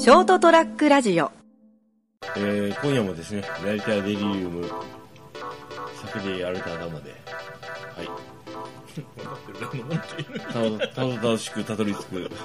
ショートトラックラジオ、 今夜もですね、成田デリリウム酒でやれた頭で、はいたどたどしくたどり着く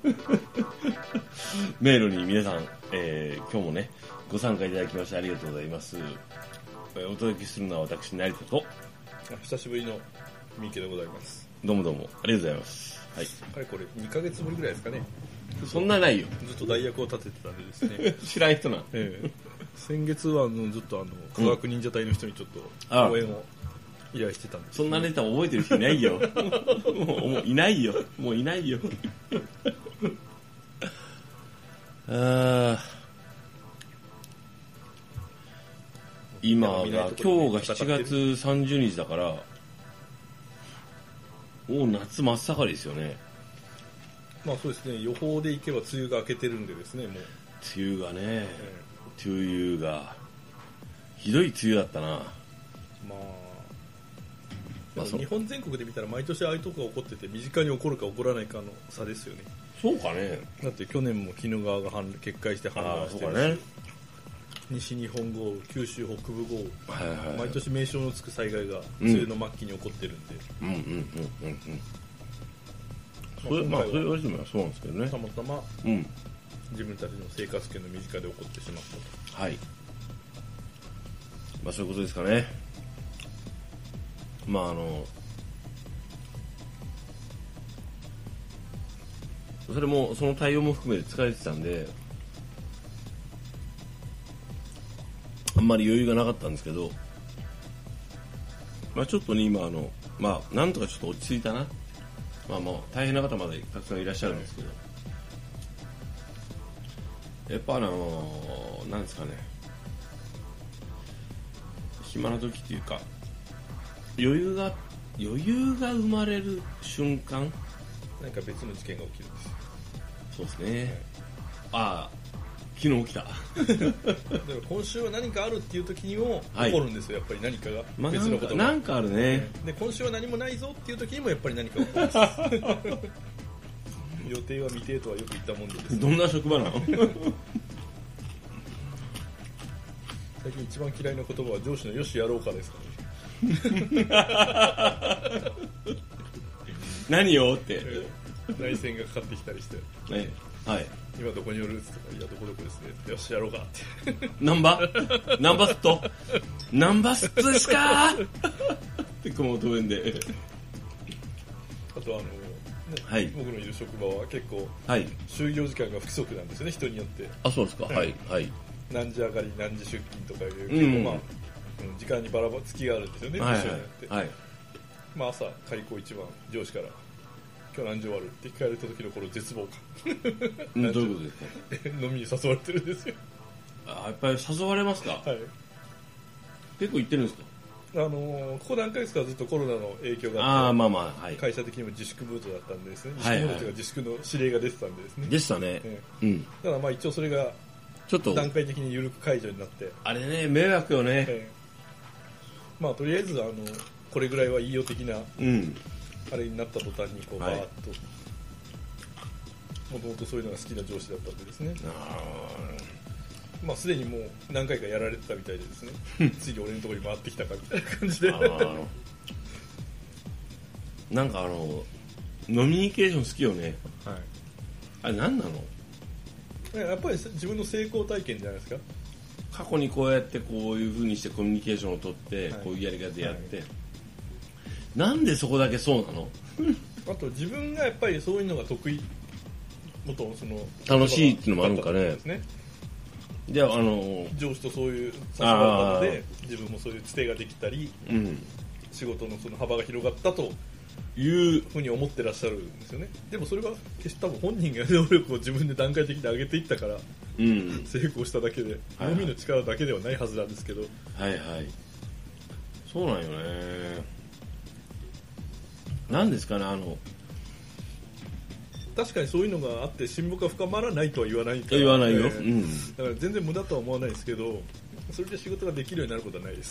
迷路に皆さん、今日もねご参加いただきましてありがとうございます。お届けするのは私成田と、 久しぶりの三池でございます。 どうもどうもありがとうございます。はい、 これ2ヶ月ぶりぐらいですかね。 そんなないよ。 ずっと代役を立ててたんでですね知らん人な、 先月はずっと科学忍者隊の人にちょっと応援を依頼してたんです、 そんなネタ覚えてる人いないよもういないよ、もういないよ今が今日が7月30日だから、もう夏真っ盛りですよね。 まあそうですね、予報でいけば梅雨が明けてるんでですね、もう梅雨がね、梅雨がひどい梅雨だったな。 まあ日本全国で見たら毎年ああいうとこが起こってて、身近に起こるか起こらないかの差ですよね。 そうかね。 だって去年も鬼怒川が決壊して氾濫してるし、 ね、西日本豪雨、九州北部豪雨、 はいはいはい、 毎年名称のつく災害が梅雨の末期に起こってるんで、 それはそうなんですけどね。 たまたま、自分たちの生活圏の身近で起こってしまったと。 はい。まあそういうことですかね。まあそれもその対応も含めて疲れてたんで、あんまり余裕がなかったんですけど、まあちょっとね今まあなんとかちょっと落ち着いたな。まあもう大変な方までたくさんいらっしゃるんですけど、やっぱなんですかね、暇な時っていうか余裕が生まれる瞬間、 何か別の事件が起きるんですよ。 そうですね、昨日起きたでも今週は何かあるっていう時にも起こるんですよ、やっぱり何かが、別のことがなんかあるね。 で今週は何もないぞっていう時にもやっぱり何か起こるんです予定は未定とはよく言ったもんでですね。 どんな職場なの最近一番嫌いな言葉は上司のよしやろうかですからね何よって内線がかかってきたりして、 はい、 今どこにおるっつって、いやどこどこですね、よしやろうかってナンバスットですかって熊本弁であと僕のいる職場は結構、就業時間が不規則なんですよね、人によって。 あ、そうですか。はいはい。 何時上がり何時出勤とかいう、結構時間にバラバラ月があるんですよね、部署によって。朝開口一番上司から今日何時終わるって聞かれた時のこの絶望感どういうことですか？ 飲みに誘われてるんですよ。 やっぱり誘われますか？はい。結構行ってるんですか？ ここ何ヶ月かずっとコロナの影響があって、会社的にも自粛ムードだったんでですね、自粛ムードというか自粛の指令が出てたんでですね。 でしたね。 だから一応それがちょっと段階的に緩く解除になって、 あれね、迷惑よね。 とりあえずこれぐらいはいいよ的な、あれになった途端にバーッと、もともとそういうのが好きな上司だったんでですね、すでにもう何回かやられてたみたいでですねついに俺のところに回ってきたかみたいな感じでなんかノミニケーション好きよね。あれ何なの？ やっぱり自分の成功体験じゃないですか。 過去にこうやってこういう風にしてコミュニケーションを取って、こういうやり方でやって、なんでそこだけそうなの？ あと自分がやっぱりそういうのが得意、もっと楽しいっていうのもあるのかね。じゃあ上司とそういう誘われたので自分もそういうつてができたり、仕事のその幅が広がったというふうに思ってらっしゃるんですよね。でもそれは決して多分本人が能力を自分で段階的に上げていったから成功しただけで、のみの力だけではないはずなんですけど、 そうなんよね。なんですかね、 確かにそういうのがあって親睦が深まらないとは言わないから、 言わないよ、 だから全然無駄とは思わないですけど、それで仕事ができるようになることはないです、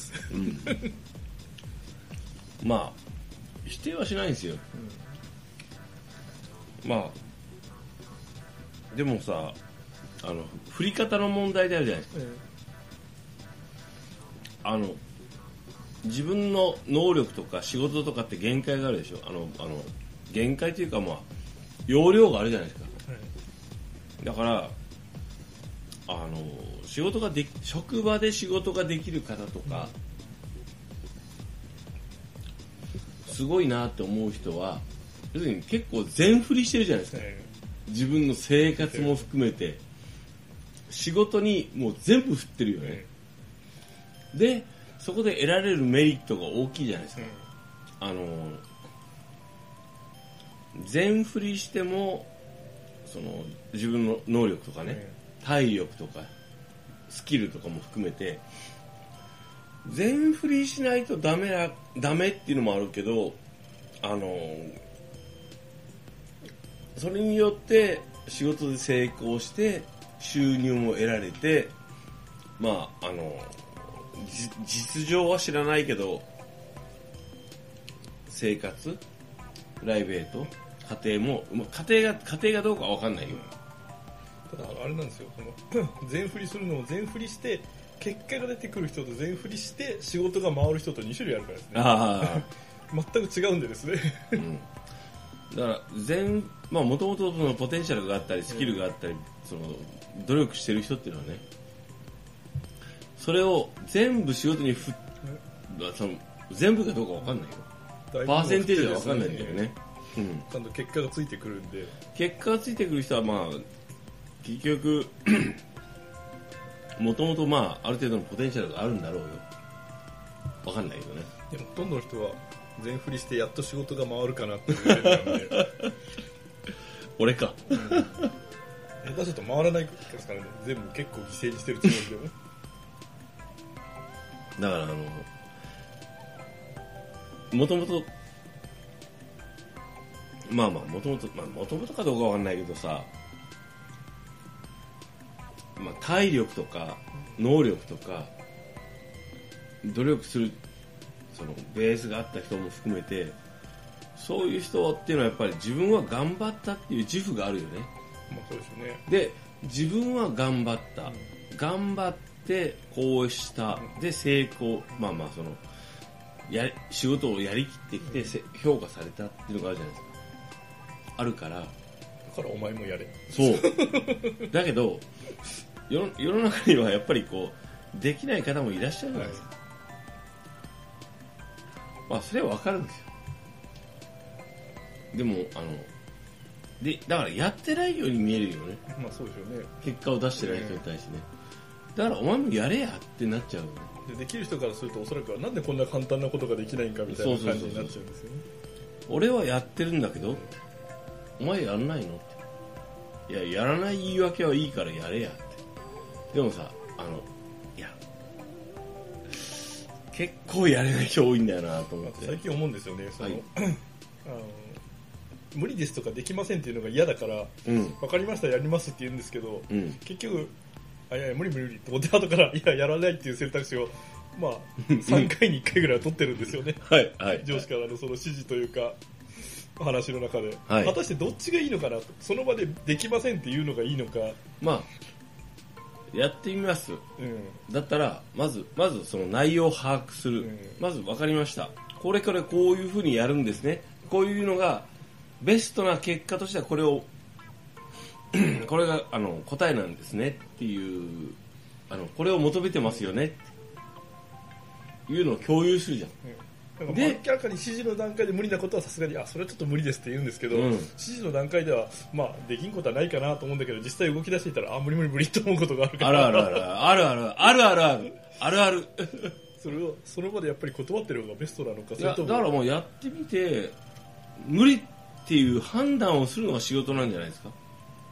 否定はしないんですよ、でもさ、 振り方の問題であるじゃないですか、自分の能力とか仕事とかって限界があるでしょ。限界というか、まあ容量があるじゃないですか、だから職場で仕事ができる方とか、すごいなって思う人は要するに結構全振りしてるじゃないですか、自分の生活も含めて仕事にもう全部振ってるよね、でそこで得られるメリットが大きいじゃないですか、全振りしてもその自分の能力とかね、体力とかスキルとかも含めて全振りしないとダメっていうのもあるけど、それによって仕事で成功して収入も得られて、まあ実情は知らないけど生活、プライベート、家庭も家庭がどうかは分かんないよ。 ただあれなんですよ、その全振りするのを全振りして結果が出てくる人と全振りして仕事が回る人と2種類あるからですね。全く違うんでですね、 だからもともとポテンシャルがあったりスキルがあったり、その努力してる人っていうのはね、それを全部仕事に全部かどうか分かんないよ。パーセンテージは分かんないんだよね、 ちゃんと結果がついてくるんで、 結果がついてくる人はまあ結局もともとある程度のポテンシャルがあるんだろうよ。分かんないけどね。 でもほとんどの人は全振りしてやっと仕事が回るかなっていうレベルなんで俺か、 下手すると回らないですからね。全部結構犠牲にしてるつもりでもだからもともともともとかどうかわかんないけどさ、体力とか能力とか努力するそのベースがあった人も含めて、そういう人っていうのはやっぱり自分は頑張ったっていう自負があるよね。 そうですよね。 で自分は頑張った、頑張ってこうしたで成功、その仕事をやりきってきて評価されたっていうのがあるじゃないですか。あるからお前もやれ。 そうだけど世の中にはやっぱりできない方もいらっしゃるじゃないですか、それは分かるんですよ。でもだからやってないように見えるよね。 そうですよね。 結果を出してない人に対してね、だからお前もやれやってなっちゃうよね。 できる人からするとおそらくはなんでこんな簡単なことができないんかみたいな感じになっちゃうんですよね。俺はやってるんだけどお前やらないのって。いや、やらない言い訳はいいからやれやって。でもさ、いや結構やれない人多いんだよなと思って。 最近思うんですよね。無理ですとかできませんっていうのが嫌だから、分かりましたやりますって言うんですけど、結局いや無理と思って後からやらないっていう選択肢を3回に1回ぐらいは取ってるんですよね。上司からのその指示というか話の中で、果たしてどっちがいいのかなと。その場でできませんっていうのがいいのか、 やってみます、だったらまずその内容を把握する、まず分かりました、これからこういうふうにやるんですね、こういうのがベストな結果としてはこれが答えなんですねっていうこれを求めてますよねっていうのを共有するじゃん。 で明らかに指示の段階で無理なことはさすがにそれはちょっと無理ですって言うんですけど、指示の段階ではできんことはないかなと思うんだけど、実際動き出していたら無理と思うことがあるからあるそれをその場でやっぱり断ってる方がベストなのか。 だからもうやってみて無理っていう判断をするのが仕事なんじゃないですか。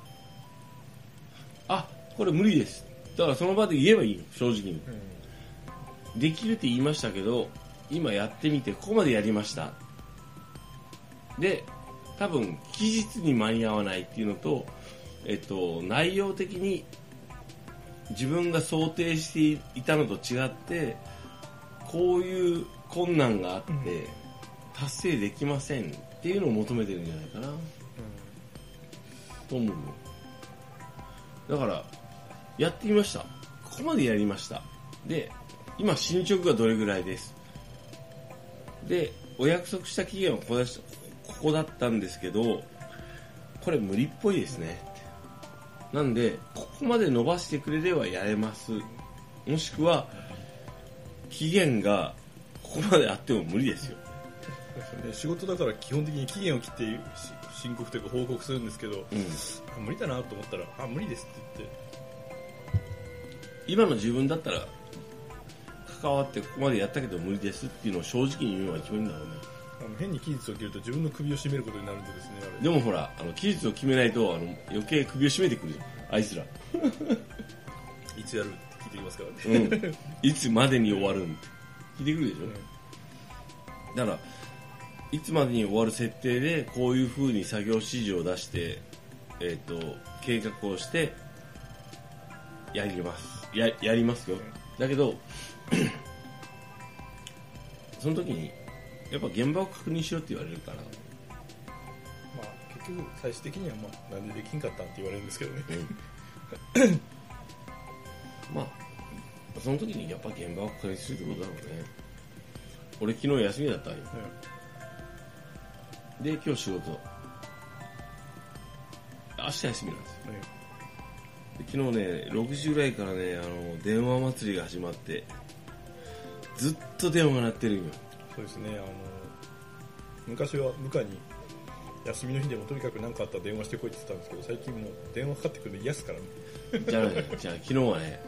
これ無理です、だからその場で言えばいいよ、正直に、できるって言いましたけど今やってみてここまでやりました、で多分期日に間に合わないっていうのと、内容的に自分が想定していたのと違ってこういう困難があって達成できませんっていうのを求めてるんじゃないかな、と思うよ。だからやってみました。ここまでやりました。で、今進捗がどれぐらいです。で、お約束した期限はここだったんですけど、これ無理っぽいですね。なんで、ここまで伸ばしてくれればやれます。もしくは、期限がここまであっても無理ですよ。 仕事だから基本的に期限を切って申告というか報告するんですけど、無理だなと思ったら、無理ですって言って。 今の自分だったら、関わってここまでやったけど無理ですっていうのを正直に言うのが一番いいんだろうね。 変に期日を切ると自分の首を絞めることになるんでですね。 でもほら、期日を決めないと余計首を絞めてくるよ、あいつら。 いつやるって聞いてきますからね。 いつまでに終わるん聞いてくるでしょ。だからいつまでに終わる設定でこういう風に作業指示を出して、計画をしてやりますよ。だけどその時にやっぱ現場を確認しろって言われるから、 結局最終的にはなんでできんかったんって言われるんですけどね。 その時にやっぱ現場を確認するってことだろうね。俺昨日休みだったよ。で今日仕事。明日休みなんですよ。昨日ね6時ぐらいからね電話祭りが始まってずっと電話が鳴ってるんよ。 そうですね。昔は部下に休みの日でもとにかく何かあったら電話してこいって言ってたんですけど、最近もう電話かかってくるの嫌ですからね。 じゃあ昨日はね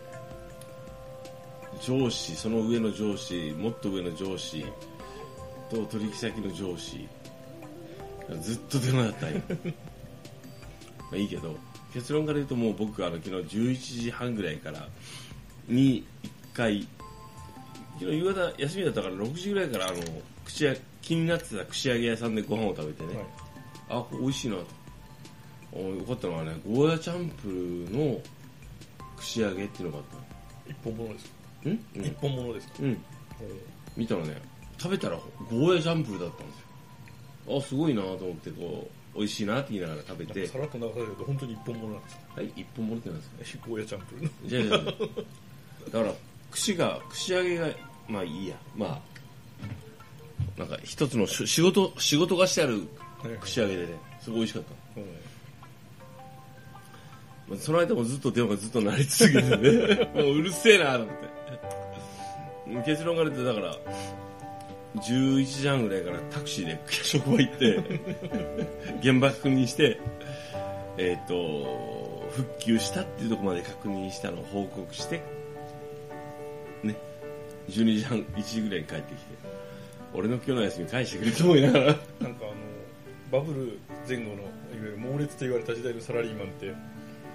上司、その上の上司、もっと上の上司と取引先の上司ずっと電話だったんよ。いいけど結論から言うともう僕は昨日11時半ぐらいからに1回、昨日夕方休みだったから6時ぐらいから気になってた串揚げ屋さんでご飯を食べてね、美味しいなと。よかったのはね、ゴーヤチャンプルの串揚げっていうのがあった。 一本物ですか？一本物ですか？ 見たらね、食べたらゴーヤチャンプルだったんですよ。すごいなと思って美味しいなって言いながら食べて。 さらっと流されると本当に一本物なんですか？ はい、一本物ってなんですか？ ゴーヤチャンプルの。 じゃだから串揚げがいいや、なんか一つの仕事がしてある串揚げでね、すごい美味しかった。その間もずっと電話がずっと鳴り続けてね、もううるせえなと思って。結論から言ってだから11時半ぐらいからタクシーで職場行って現場確認して復旧したっていうところまで確認したのを報告してね、12時半1時ぐらいに帰ってきて俺の今日の休み返してくれと思いながらなんかバブル前後のいわゆる猛烈と言われた時代のサラリーマンってなんて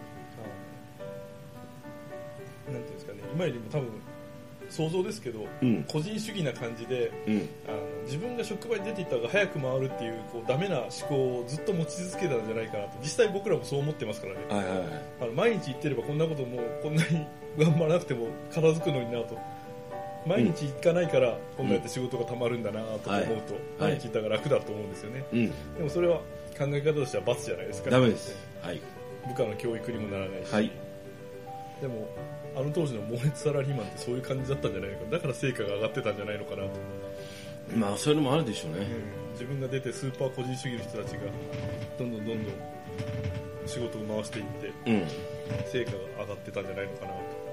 いうんですかね、今よりも多分想像ですけど、個人主義な感じで、自分が職場に出ていった方が早く回るっていうダメな思考をずっと持ち続けたんじゃないかなと。実際僕らもそう思ってますからね。毎日行ってればこんなこともこんなに頑張らなくても片付くのになと。毎日行かないからこんなやって仕事がたまるんだなと思うと、毎日行った方が楽だと思うんですよね。でもそれは考え方としては罰じゃないですか。 ダメです。 部下の教育にもならないし。でもあの当時の猛烈サラリーマンってそういう感じだったんじゃないのか。だから成果が上がってたんじゃないのかなと。 そういうのもあるでしょうね。 自分が出てスーパー個人主義の人たちがどんどん仕事を回していって、成果が上がってたんじゃないのかな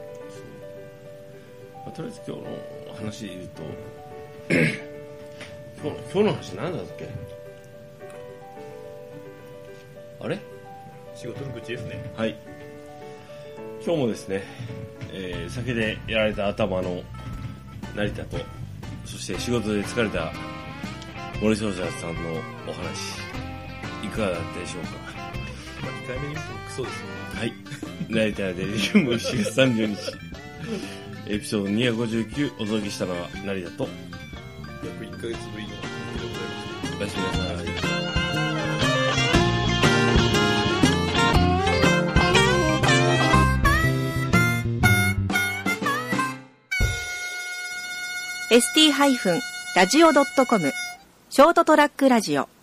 と。 とりあえず今日の話で言うと今日の話何だっけ？あれ？ 仕事の愚痴ですね。 はい。今日もですね、酒でやられた頭の成田と、そして仕事で疲れた森翔太さんのお話いかがだったでしょうか。 2回目にクソですね。 はい。成田デリリウム4月30日エピソード259お届けしたのは成田と約1ヶ月ぶりのでございます。 おやすみなさい。 ST-radio.com ショートトラックラジオ